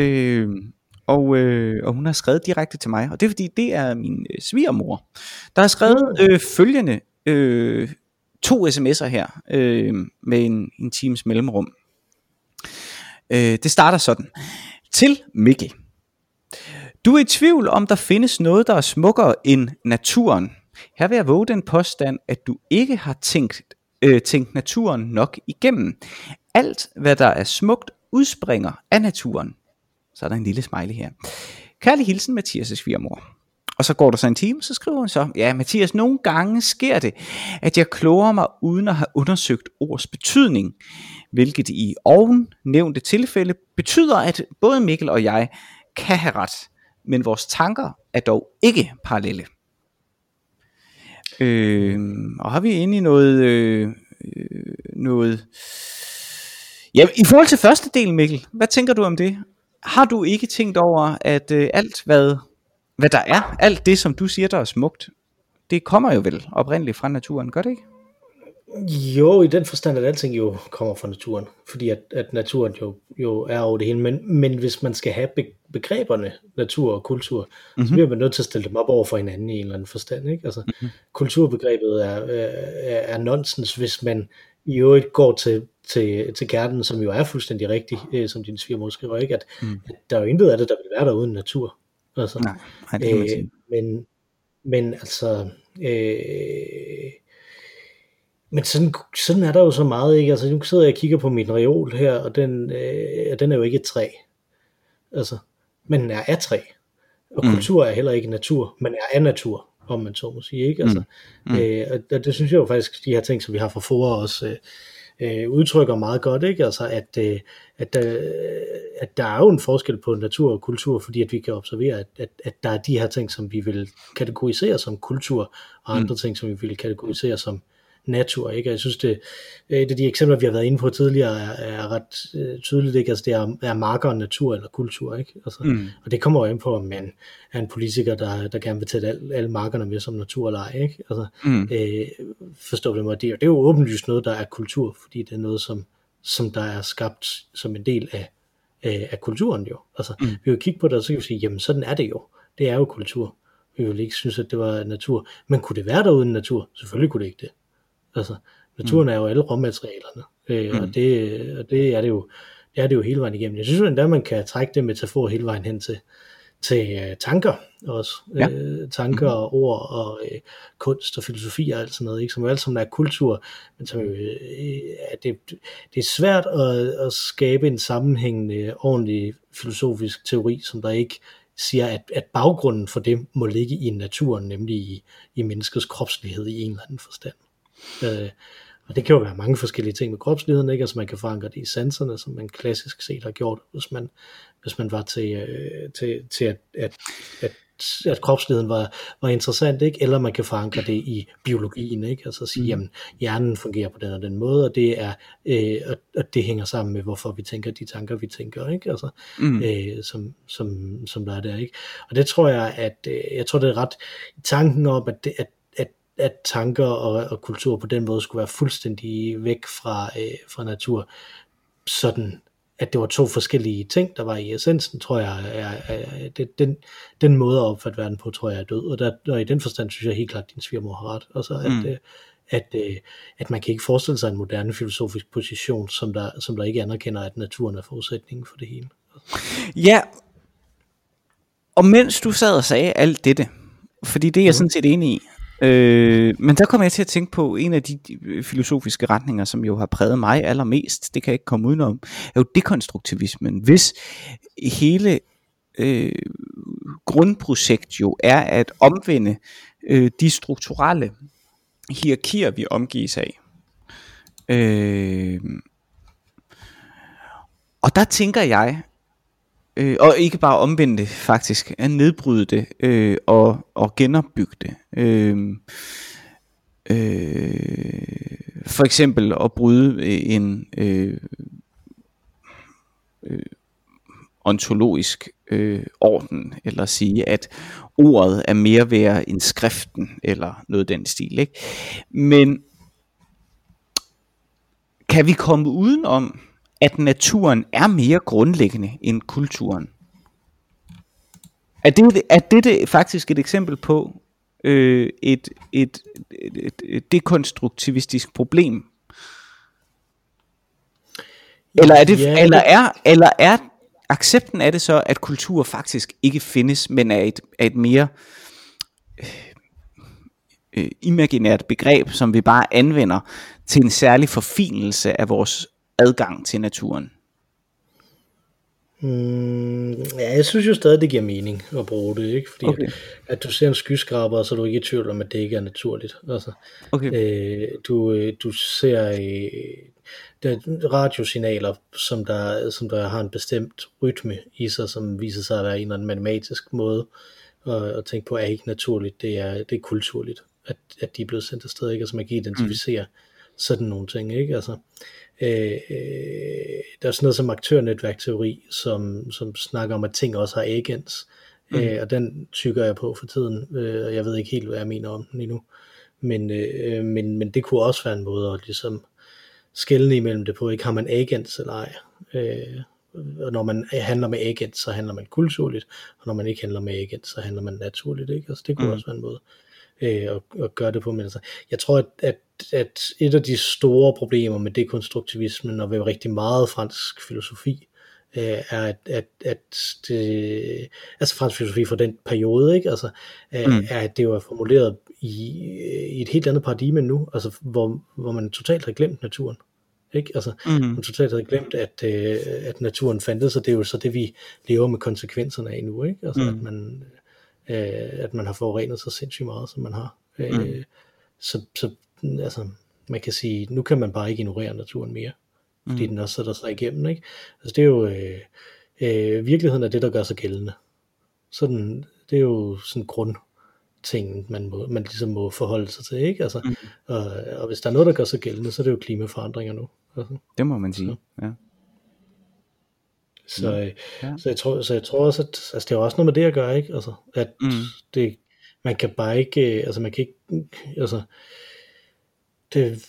Og hun har skrevet direkte til mig, og det er fordi, det er min svigermor, der har skrevet følgende 2 sms'er her med en times mellemrum. Det starter sådan. Til Mikkel. Du er i tvivl om der findes noget der er smukkere end naturen. Her vil jeg våge den påstand at du ikke har tænkt naturen nok igennem. Alt hvad der er smukt udspringer af naturen. Så er der en lille smiley her. Kærlig hilsen Mathias' svigermor. Og så går der så en time, så skriver hun så: ja Mathias, nogle gange sker det at jeg kloger mig uden at have undersøgt ords betydning, hvilket i oven nævnte tilfælde betyder at både Mikkel og jeg kan have ret, men vores tanker er dog ikke parallelle. Og har vi inde i noget... Ja, i forhold til første del, Mikkel, hvad tænker du om det? Har du ikke tænkt over, at alt, hvad der er, alt det, som du siger, der er smukt, det kommer jo vel oprindeligt fra naturen, gør det ikke? Jo, i den forstand, at alting jo kommer fra naturen, fordi at naturen jo er over det hele, men hvis man skal have begreberne natur og kultur, så bliver man nødt til at stille dem op over for hinanden i en eller anden forstand, ikke? Altså, kulturbegrebet er nonsens, hvis man i øvrigt går til kernen, som jo er fuldstændig rigtig, som din svigermor skriver, ikke? At der er jo intet af det, der vil være der uden natur. Altså, Nej, det kan man sige. Men altså... Men sådan er der jo så meget, ikke? Altså, nu sidder jeg og kigger på min reol her, og den er jo ikke et træ. Altså, men den er af træ. Og kultur er heller ikke natur, men er af natur, om man så må sige, ikke? Altså, og det synes jeg jo faktisk, de her ting, som vi har fra Fora også udtrykker meget godt, ikke? Altså, at der er jo en forskel på natur og kultur, fordi at vi kan observere, at der er de her ting, som vi vil kategorisere som kultur, og andre ting, som vi vil kategorisere som natur, ikke? Jeg synes, det af de eksempler, vi har været inde på tidligere, er ret tydeligt, ikke? Altså, det er marker og natur eller kultur, ikke? Altså, og det kommer jo ind på, om man er en politiker, der gerne vil tage alle markerne med som natur eller ej, ikke? Altså, forstå det mig, det er jo åbenlyst noget, der er kultur, fordi det er noget, som der er skabt som en del af kulturen jo. Altså, vi vil kigge på det, og så kan vi sige, jamen sådan er det jo. Det er jo kultur. Vi vil ikke synes, at det var natur. Men kunne det være der uden natur? Selvfølgelig kunne det ikke det. Altså, naturen er jo alle råmaterialerne, og det er det jo hele vejen igennem. Jeg synes jo endda, man kan trække det metafor hele vejen hen til tanker også. Ja. Tanker og ord og kunst og filosofi og alt sådan noget, ikke? Som jo alt sammen er kultur, men som det er svært at skabe en sammenhængende, ordentlig filosofisk teori, som der ikke siger, at baggrunden for det må ligge i naturen, nemlig i menneskets kropslighed i en eller anden forstand. Og det kan jo være mange forskellige ting med kropsligheden, ikke? Altså man kan forankre det i sanserne, som man klassisk set har gjort, hvis man var til at kropsligheden var interessant, ikke? Eller man kan forankre det i biologien, ikke? Altså sige, jamen hjernen fungerer på den og den måde, og det er og det hænger sammen med hvorfor vi tænker de tanker vi tænker, ikke? Altså som der er der, ikke? Og det tror jeg, at jeg tror det er ret tanken om at tanker og kultur på den måde skulle være fuldstændig væk fra natur, sådan at det var to forskellige ting, der var i essensen, tror jeg, den måde at opfatte verden på, tror jeg er død, og i den forstand synes jeg helt klart, at din svigermor har ret, altså at man kan ikke forestille sig en moderne filosofisk position, som der ikke anerkender, at naturen er forudsætningen for det hele. Ja, og mens du sad og sagde alt dette, fordi det er jeg sådan set enig i, men der kommer jeg til at tænke på en af de filosofiske retninger, som jo har præget mig allermest, det kan jeg ikke komme udenom, er jo dekonstruktivismen. Hvis hele grundprojekt jo er at omvende de strukturelle hierarkier, vi omgives af. Og der tænker jeg, og ikke bare omvende det faktisk, at nedbryde det og genopbygge det. For eksempel at bryde en ontologisk orden, eller sige, at ordet er mere værd end skriften, eller noget den stil, ikke? Men kan vi komme udenom, at naturen er mere grundlæggende end kulturen? Er det faktisk et eksempel på et dekonstruktivistisk problem? Eller er det, ja, eller er accepten af det så, at kultur faktisk ikke findes, men er et mere imaginært begreb, som vi bare anvender til en særlig forfinelse af vores adgang til naturen? Ja, jeg synes jo stadig, det giver mening at bruge det, ikke? Fordi at du ser en skyskraber, så er du ikke i tvivl om, at det ikke er naturligt. Altså, du ser der radiosignaler, som der har en bestemt rytme i sig, som viser sig at være en eller anden matematisk måde at tænke på, er ikke naturligt, det er kulturligt. at de er blevet sendt afsted, ikke? Altså man kan identificere sådan nogle ting, ikke? Altså, der er sådan noget som aktørnetværkteori, som snakker om, at ting også har agents, og den tykker jeg på for tiden, og jeg ved ikke helt, hvad jeg mener om den endnu, men det kunne også være en måde at ligesom skelne imellem det på, ikke? Har man agents eller ej? Og når man handler med agents, så handler man kulturligt, og når man ikke handler med agents, så handler man naturligt, ikke? Altså det kunne også være en måde at gøre det på. Men altså, jeg tror, at et af de store problemer med dekonstruktivismen, og ved rigtig meget fransk filosofi, er at det, altså fransk filosofi fra den periode, ikke? Altså, er at det jo er formuleret i et helt andet paradigme nu, altså hvor man totalt har glemt naturen. Ikke? Altså, man totalt havde glemt, at naturen fandtes, og det er jo så det, vi lever med konsekvenserne af nu, ikke? Altså, at man har forurenet så sindssygt meget, som man har. Så altså, man kan sige, nu kan man bare ikke ignorere naturen mere, fordi den også sætter sig igennem, ikke? Altså, det er jo virkeligheden er det, der gør sig gældende. Sådan, det er jo sådan grundting, man ligesom må forholde sig til, ikke? Altså, og hvis der er noget, der gør sig gældende, så er det jo klimaforandringer nu. Altså, det må man sige, ja. Så jeg tror også, at altså, det er også noget med det at gøre, ikke? Altså, at det, man kan bare ikke, altså man kan ikke, altså det,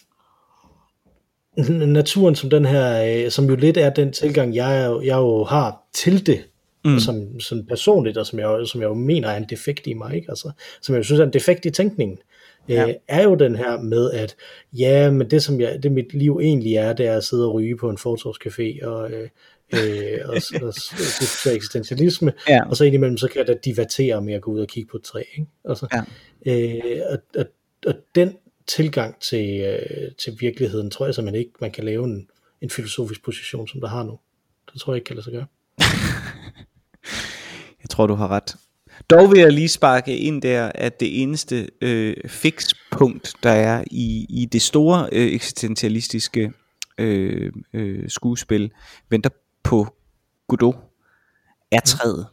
naturen som den her, som jo lidt er den tilgang, jeg jo har til det, som personligt, og som jeg jo mener er en defekt i mig, ikke? Altså, som jeg synes er en defekt i tænkningen, er jo den her med, at ja, men det mit liv egentlig er, det er at sidde og ryge på en fortovscafé, og diskutere eksistentialisme, og så indimellem, så kan jeg da divertere med at gå ud og kigge på et træ, ikke? Altså, og den tilgang til virkeligheden, tror jeg simpelthen ikke, man kan lave en filosofisk position, som der har nu. Det tror jeg ikke kan lade sig gøre. Jeg tror, du har ret. Dog vil jeg lige sparke ind der, at det eneste fikspunkt, der er i det store eksistentialistiske skuespil, venter på Godot, er træet.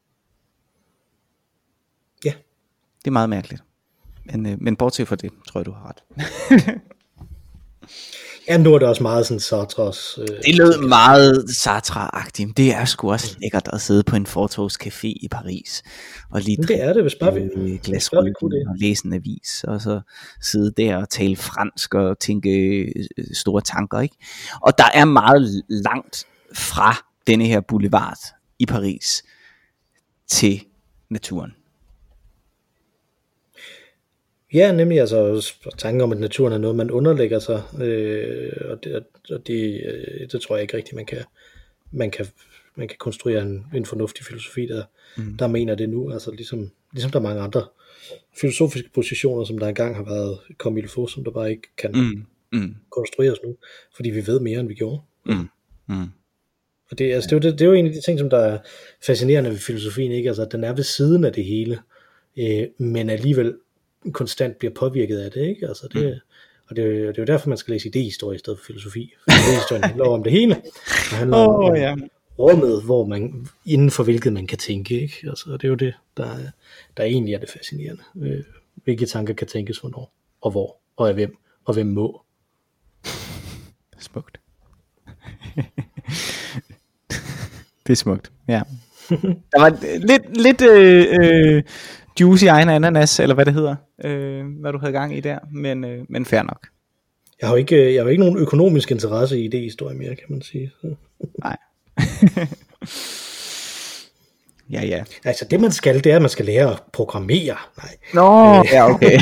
Ja. Det er meget mærkeligt. Men bortset fra det, tror jeg, du har ret. Ja, nu er det også meget sådan Sartres. Det lød meget Sartre-agtigt. Det er sgu også lækkert at sidde på en fortovscafé i Paris og lige det er det, hvis bare vi glas rødvin og læse en avis, og så sidde der og tale fransk og tænke store tanker, ikke? Og der er meget langt fra denne her boulevard i Paris til naturen. Ja, nemlig altså tanken om, at naturen er noget, man underlægger sig, og det tror jeg ikke rigtigt, man kan konstruere en fornuftig filosofi, der mener det nu, altså ligesom der er mange andre filosofiske positioner, som der engang har været comme il faut, som der bare ikke kan konstrueres nu, fordi vi ved mere, end vi gjorde. Og det er jo en af de ting, som der er fascinerende ved filosofien, ikke? Altså, at den er ved siden af det hele, men alligevel konstant bliver påvirket af det, ikke? Altså og det er jo derfor, man skal læse idéhistorie i stedet for filosofi. Idéhistorien handler om det hele, og handler om rummet, hvor man, inden for hvilket man kan tænke, ikke? Altså, det er jo det, der egentlig er det fascinerende. Hvilke tanker kan tænkes hvornår, og hvor, og af hvem, og hvem må. Smukt. Det er smukt, ja. Der var lidt juice i egen ananas, eller hvad det hedder, hvad du havde gang i der, men fair nok. Jeg har jo ikke nogen økonomisk interesse i idéhistorie mere, kan man sige. Nej. Ja. Altså det man skal, det er, at man skal lære at programmere. Nej. Nå, ja, okay.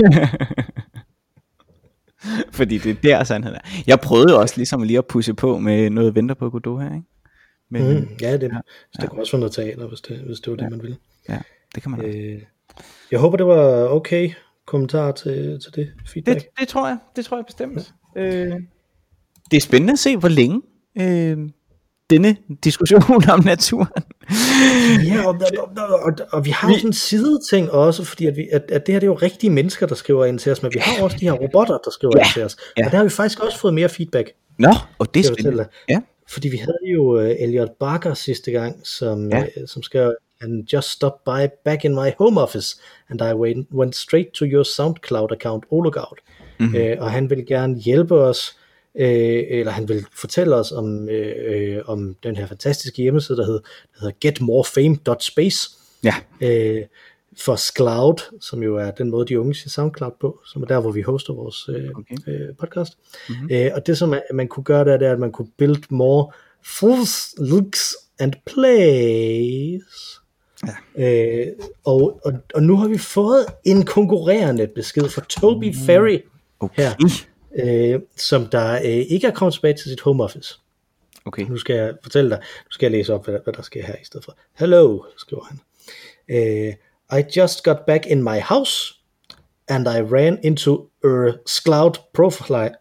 Fordi det er der sandheden er. Jeg prøvede også ligesom lige at pushe på med noget Venter på Godot her, ikke? Men, det kunne også være noget teater, hvis det var det, man ville. Ja, det kan man også. Jeg håber, det var okay kommentar til det feedback. Det tror jeg bestemt. Det er spændende at se, hvor længe denne diskussion om naturen. Ja, og vi har jo sådan en sideting også, fordi at det her det er jo rigtige mennesker, der skriver ind til os, men vi har også de her robotter, der skriver ind til os. Og der har vi faktisk også fået mere feedback. Nå, og det er spændende. Ja. Fordi vi havde jo Elliot Barker sidste gang, som skrev and just stopped by back in my home office, and I went straight to your SoundCloud account, Ologout. Og han vil gerne hjælpe os, eller han vil fortælle os om den her fantastiske hjemmeside, der hedder getmorefame.space. Ja. For Skloud, som jo er den måde, de unge siger SoundCloud på, som er der, hvor vi hoster vores podcast. Og det, som man kunne gøre der, det er, at man kunne build more fools, looks and plays. Ja. Og nu har vi fået en konkurrerende besked fra Toby Ferry her, som der ikke er kommet tilbage til sit home office. Okay. Nu skal jeg fortælle dig, nu skal jeg læse op, hvad der sker her i stedet for. Hello, skriver han. I just got back in my house, and I ran into Cloud profile.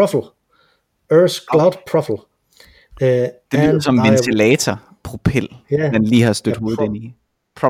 Det lyder som en ventilatorpropel, man lige har stødt hovedet ind i.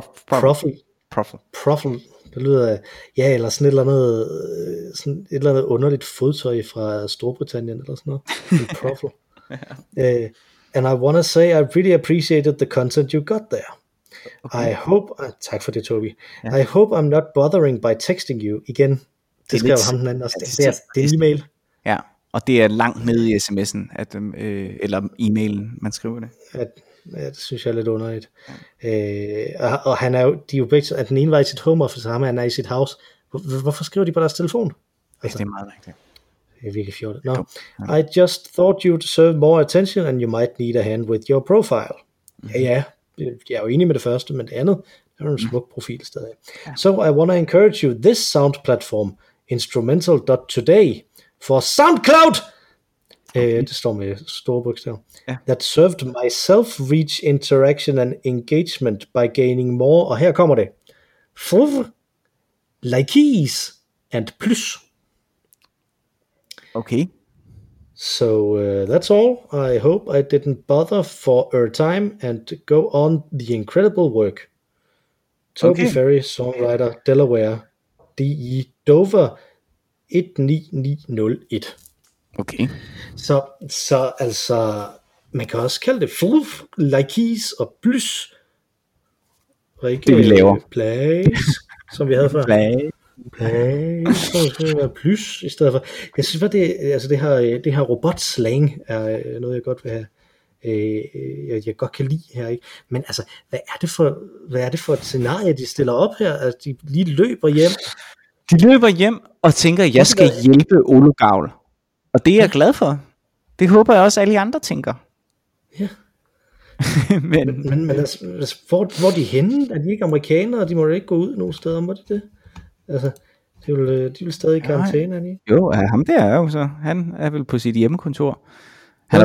Profil. Det lyder, eller sådan et eller andet underligt fodtøj fra Storbritannien, eller sådan noget. En profil. And I want to say I really appreciated the content you got there. Okay. I hope, tak for det, Toby. I hope I'm not bothering by texting you. Igen, det skrev ham den anden også. Det er en e-mail. Ja, og det er langt nede i sms'en, eller e-mailen, man skriver det. Ja, det synes jeg er lidt underligt. Og han er jo, de er jo begge, at den ene var i sit home office, og han er i sit house. Hvorfor skriver de på deres telefon? Altså, det er meget rigtigt. Det er virkelig fjollet. No. I just thought you deserved more attention, and you might need a hand with your profile. Ja. Jeg er jo enig med det første, men det andet, det er en smuk profil stadig. So I want to encourage you, this sound platform, instrumental.today, for SoundCloud, det står med store bogstaver, that served my self-reach interaction and engagement by gaining more, og her kommer det, likes and plus. Okay. So that's all. I hope I didn't bother for your time and go on the incredible work. Toby Ferry, songwriter, Delaware, DE Dover 19901. Okay. Så altså, man kan også kalde det full likes og plus. Og ikke det vi laver. Plays, som vi havde før. Plus i stedet for. Jeg synes bare det her robotslang er noget jeg godt vil have. Jeg godt kan lide her, ikke? Men altså, hvad er det for et scenarie de stiller op her? Altså, de lige løber hjem. De løber hjem og tænker, at jeg skal hjælpe Ologout. Og det er jeg glad for. Det håber jeg også alle de andre tænker. Ja. men altså, hvor er de henne? Er de ikke amerikanere? De må jo ikke gå ud nogen steder, må det? Altså, de vil stadig i karantæne, er de ikke? Jo, ham der er jo så. Han er vel på sit hjemmekontor. Han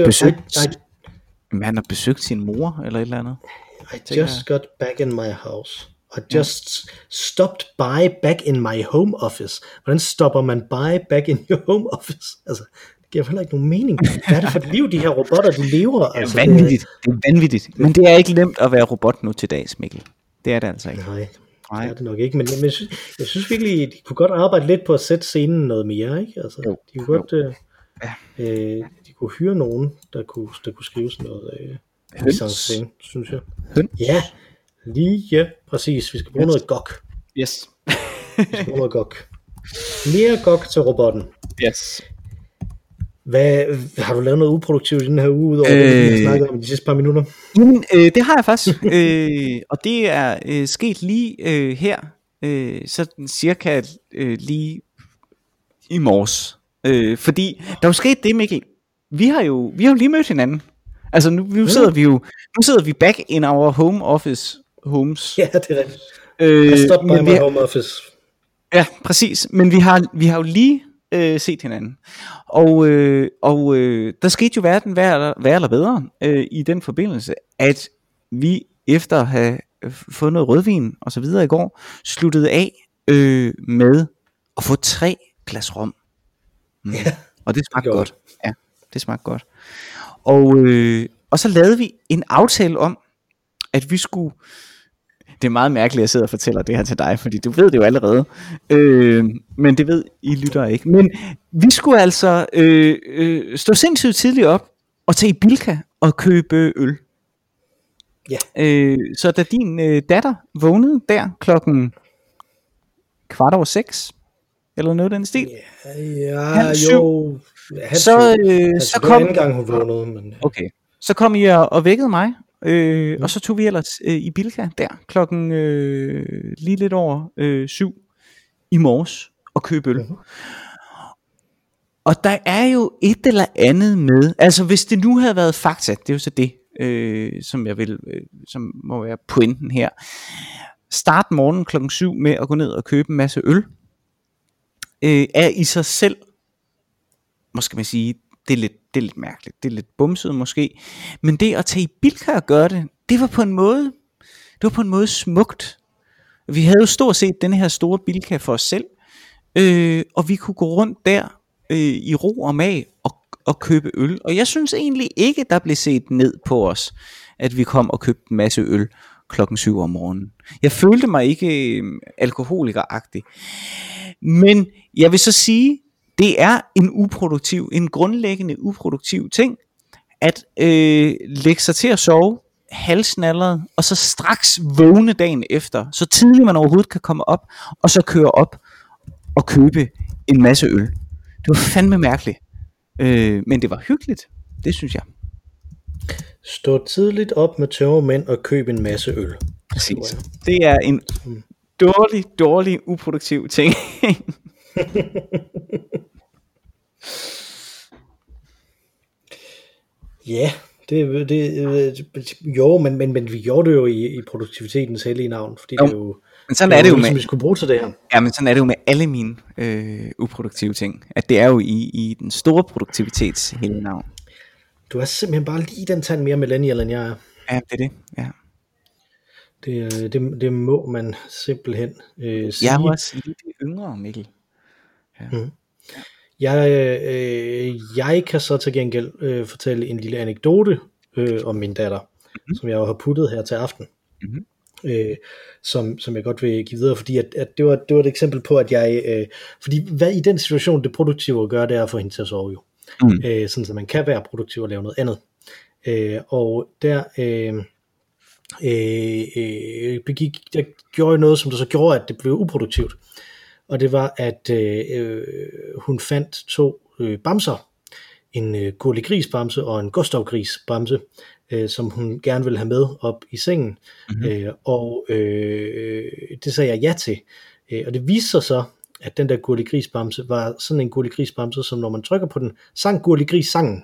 har besøgt sin mor, eller et eller andet. I just got back in my house. I just stopped by back in my home office. Hvordan stopper man by back in your home office? Altså, det giver heller ikke nogen mening. Hvad er det for et liv, de her robotter, de lever? Altså, vanvittigt. Det er vanvittigt. Men det er ikke nemt at være robot nu til dags, Mikkel. Det er det altså ikke. Nej. Det er det nok ikke, men jeg synes virkelig, de kunne godt arbejde lidt på at sætte scenen noget mere, ikke? Altså, de kunne godt, de kunne hyre nogen, der kunne skrive sådan noget scene, synes jeg. Ja, lige præcis. Vi skal bruge noget GOG. Yes. Vi skal bruge noget GOG. Mere GOG til robotten. Yes. Har du lavet noget uproduktivt i den her uge, udover det, vi har snakket om de sidste par minutter? Jamen, det har jeg faktisk, og det er sket lige her, sådan cirka lige i morges. Fordi der er jo sket det, Mikkel. Vi har jo lige mødt hinanden. Altså nu sidder vi back in our home office homes. Ja, det er rigtigt. Stop by my home office. Ja, præcis. Men vi har jo lige set hinanden. Og der skete jo verden værre eller bedre i den forbindelse, at vi efter at have fået noget rødvin og så videre i går, sluttede af med at få 3 glas rom. Ja, og det smagte godt. Ja, det smagte godt. Og så lavede vi en aftale om, at vi skulle... Det er meget mærkeligt, at jeg sidder og fortæller det her til dig, fordi du ved det jo allerede. Men det ved I lytter ikke. Men vi skulle altså stå sindssygt tidligt op og tage i Bilka og købe øl. Ja. Så da din datter vågnede der klokken 5:15, eller noget af den stil, Ja, halv syv, jo. så Det var kom, anden gang, hun vågnede. Men... okay, så kom I og vækkede mig, og så tog vi ellers i Bilka der klokken lige lidt over 7 i morges og købe øl. Og der er jo et eller andet med, altså hvis det nu havde været Fakta, det er jo så det, som jeg vil, som må være pointen her. Start morgenen klokken 7 med at gå ned og købe en masse øl, er i sig selv, måske man sige, det er lidt mærkeligt, det er lidt bumset måske, men det at tage i Bilka og gøre det, det var på en måde smukt. Vi havde jo stort set den her store Bilka for os selv, og vi kunne gå rundt der i ro og mag og købe øl. Og jeg synes egentlig ikke, der blev set ned på os, at vi kom og købte en masse øl klokken 7 om morgenen. Jeg følte mig ikke alkoholikeragtig. Men jeg vil så sige, det er en grundlæggende uproduktiv ting, at lægge sig til at sove halvsnallet, og så straks vågne dagen efter, så tidligt man overhovedet kan komme op, og så køre op og købe en masse øl. Det var fandme mærkeligt, men det var hyggeligt, det synes jeg. Stå tidligt op med tømmermænd og køb en masse øl. Præcis. Det er en dårlig, uproduktiv ting. Ja, jo, men vi gjorde det jo i produktivitetens hellige navn, fordi det er jo, men sådan er det jo med, vi skulle bruge til det her. Ja, men sådan er det jo med alle mine uproduktive ting, at det er jo i den store produktivitets hellige navn. Du er simpelthen bare lige den tand mere millennial, end jeg er. Ja, det er det, ja. Det må man simpelthen sige. Jeg er også lidt yngre, Mikkel. Ja. Mm. Jeg kan så til gengæld fortælle en lille anekdote om min datter, som jeg jo har puttet her til aften, som jeg godt vil give videre, fordi at det var et eksempel på, at jeg, fordi hvad i den situation det produktive at gøre, det er at få hende til at sove jo, sådan så man kan være produktiv og lave noget andet, og der jeg gjorde noget, som der så gjorde, at det blev uproduktivt. Og det var, at hun fandt 2 bamser, en Gurli Gris bamse og en Gustav Gris bamse, som hun gerne ville have med op i sengen, og det sagde jeg ja til, og det viste sig så, at den der Gurli Gris bamse var sådan en Gurli Gris bamse, som når man trykker på den, sang Gurli Gris sangen,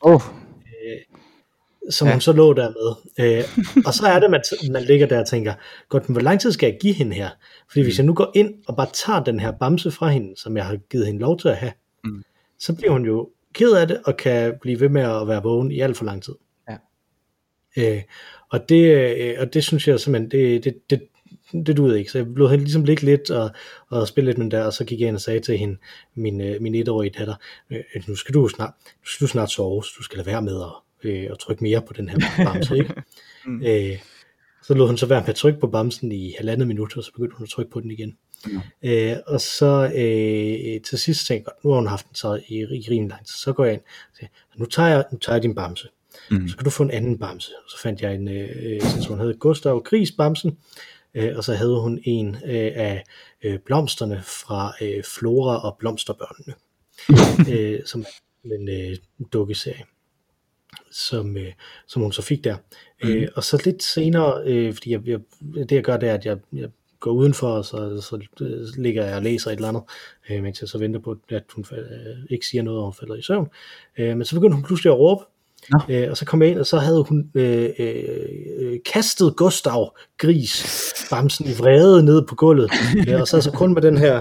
som hun så lå der med, og så er det, man ligger der og tænker, godt, men hvor lang tid skal jeg give hende her? Fordi hvis jeg nu går ind og bare tager den her bamse fra hende, som jeg har givet hende lov til at have, så bliver hun jo ked af det, og kan blive ved med at være vågen i alt for lang tid. Ja. Og det synes jeg simpelthen, det duede ikke, så jeg blev ligesom ligge lidt og spille lidt med der, og så gik jeg ind og sagde til hende, min 1-årige datter, nu skal du snart sove, så du skal lade være med at trykke mere på den her bamse, ikke? Så lod hun så være med at trykke på bamsen i 1,5 minut, og så begyndte hun at trykke på den igen. Og så til sidst tænkte jeg, nu har hun haft den så i rimelig lang tid, så går jeg ind og siger, nu tager jeg din bamse, så kan du få en anden bamse. Og så fandt jeg så hun havde Gustav Gris bamsen, og så havde hun en af blomsterne fra Flora og Blomsterbørnene, som en dukkeserie, som hun så fik der. Og så lidt senere, fordi det jeg gør, det er, at jeg går udenfor, og så ligger jeg og læser et eller andet, mens jeg så venter på, at hun ikke siger noget, og hun falder i søvn. Men så begyndte hun pludselig at råbe, og så kom jeg ind, og så havde hun kastet Gustav Gris bamsen i vrede ned på gulvet, og så kun med den her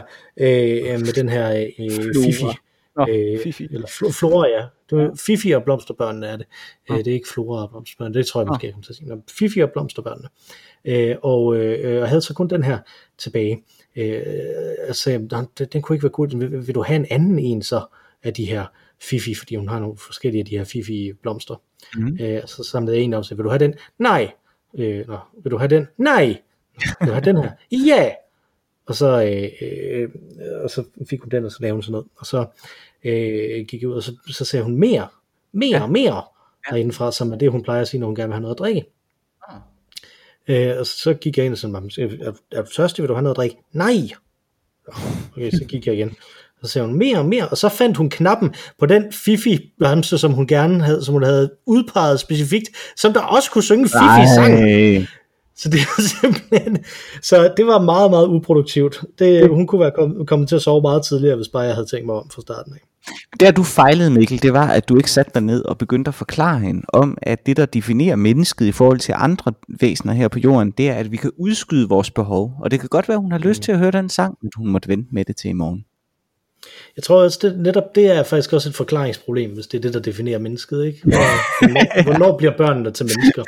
Fifi. Fifi. Eller Flora, ja. Det var Fifi og Blomsterbørnene er det. Det er ikke Flora og Blomsterbørnene, det tror jeg måske, jeg kommer til at sige. Fifi og Blomsterbørnene. Og jeg havde så kun den her tilbage. Jeg sagde, den kunne ikke være god. Vil du have en anden en så af de her Fifi, fordi hun har nogle forskellige af de her Fifi-blomster. Så samlede jeg en op og sagde, vil du have den? Nej. Vil du have den? Nej. Vil du have den her? Ja. Og så fik hun den, og så lavede hun sådan noget. Og så gik jeg ud, og så sagde hun mere derindefra, som er det, hun plejer at sige, når hun gerne vil have noget at drikke. Og så gik jeg ind og sagde, er du tørstig, vil du have noget at drikke? Nej! Okay, så gik jeg igen. Så sagde hun mere og mere, og så fandt hun knappen på den Fifi-blomster, som hun gerne havde, som hun havde udpeget specifikt, som der også kunne synge Fifi-sang. Så det var simpelthen, så det var meget, meget uproduktivt. Hun kunne være kommet til at sove meget tidligere, hvis bare jeg havde tænkt mig om fra starten af. Der du fejlede, Mikkel, det var, at du ikke satte dig ned og begyndte at forklare hende om, at det, der definerer mennesket i forhold til andre væsener her på jorden, det er, at vi kan udskyde vores behov. Og det kan godt være, hun har lyst til at høre den sang, men hun måtte vente med det til i morgen. Jeg tror også, netop det er faktisk også et forklaringsproblem, hvis det er det, der definerer mennesket, ikke? Hvornår bliver børnene til mennesker?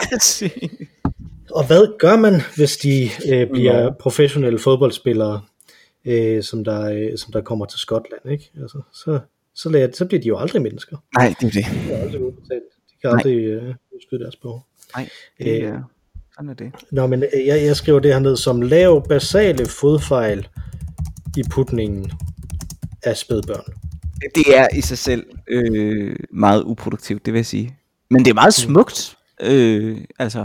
Og hvad gør man, hvis de bliver professionelle fodboldspillere, som der kommer til Skotland, ikke? Altså, så bliver de jo aldrig mennesker. Nej, det er det. De kan aldrig udskyde deres behov. Nej, det er sådan er det. Nå, men jeg skriver det her ned som lav basale fodfejl i putningen af spædbørn. Det er i sig selv meget uproduktivt, det vil jeg sige. Men det er meget smukt, altså,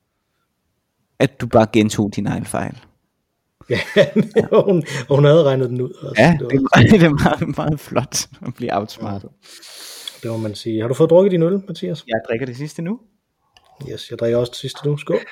at du bare gentog din egen fejl. Ja, og hun havde regnet den ud. Også. Ja, det er meget, meget flot at blive outsmartet. Det må man sige. Har du fået drukket din øl, Mathias? Jeg drikker det sidste nu. Yes, jeg drikker også det sidste nu. Skål.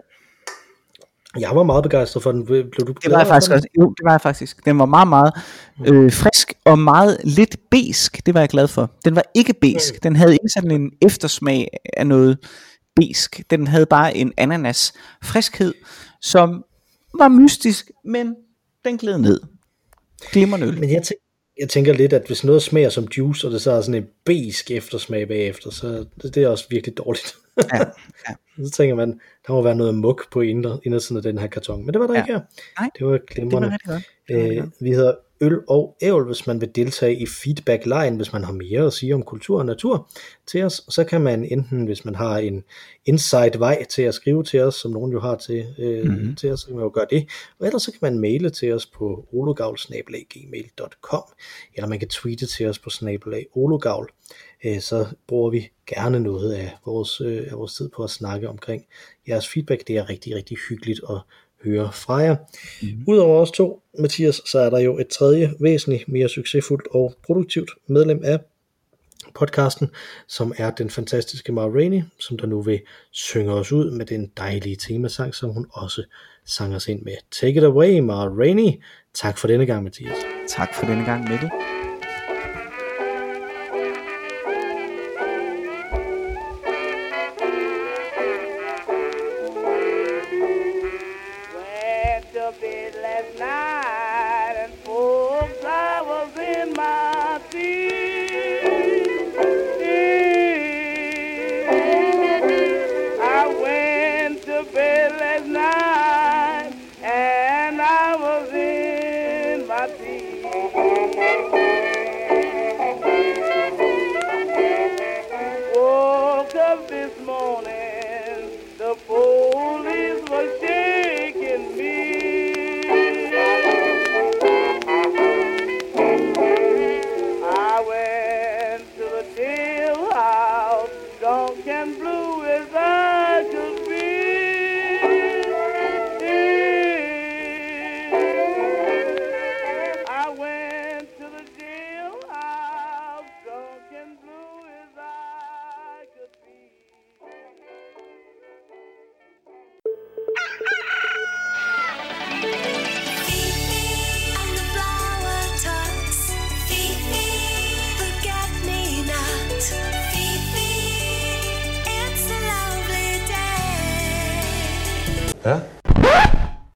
Jeg var meget begejstret for den. Blev du det var jeg faktisk også. Jo, det var jeg faktisk. Den var meget, meget frisk og meget lidt besk. Det var jeg glad for. Den var ikke besk. Den havde ikke sådan en eftersmag af noget besk. Den havde bare en ananas friskhed, som var mystisk, men den gled ned. Glimrende øl. Men jeg tænker lidt, at hvis noget smager som juice, og det så er sådan en besk eftersmag bagefter, så det er også virkelig dårligt. Ja. Så tænker man, der må være noget muk på indersiden af den her karton. Men det var der ikke her. Nej, det var glimrende. Vi hedder Øl og Ævl, hvis man vil deltage i feedback-lejen, hvis man har mere at sige om kultur og natur til os. Så kan man enten, hvis man har en insight-vej til at skrive til os, som nogen jo har til os, så kan man jo gøre det. Og ellers så kan man maile til os på ologavl@gmail.com, eller man kan tweete til os på @ologavl. Så bruger vi gerne noget af vores tid på at snakke omkring jeres feedback. Det er rigtig, rigtig hyggeligt at høre fra jer. Udover os to, Mathias, så er der jo et tredje væsentligt mere succesfuldt og produktivt medlem af podcasten, som er den fantastiske Ma Rainey, som der nu vil synge os ud med den dejlige temasang, som hun også sang os ind med. Take it away, Ma Rainey. Tak for denne gang, Mathias. Tak for denne gang, Mikkel. Ja.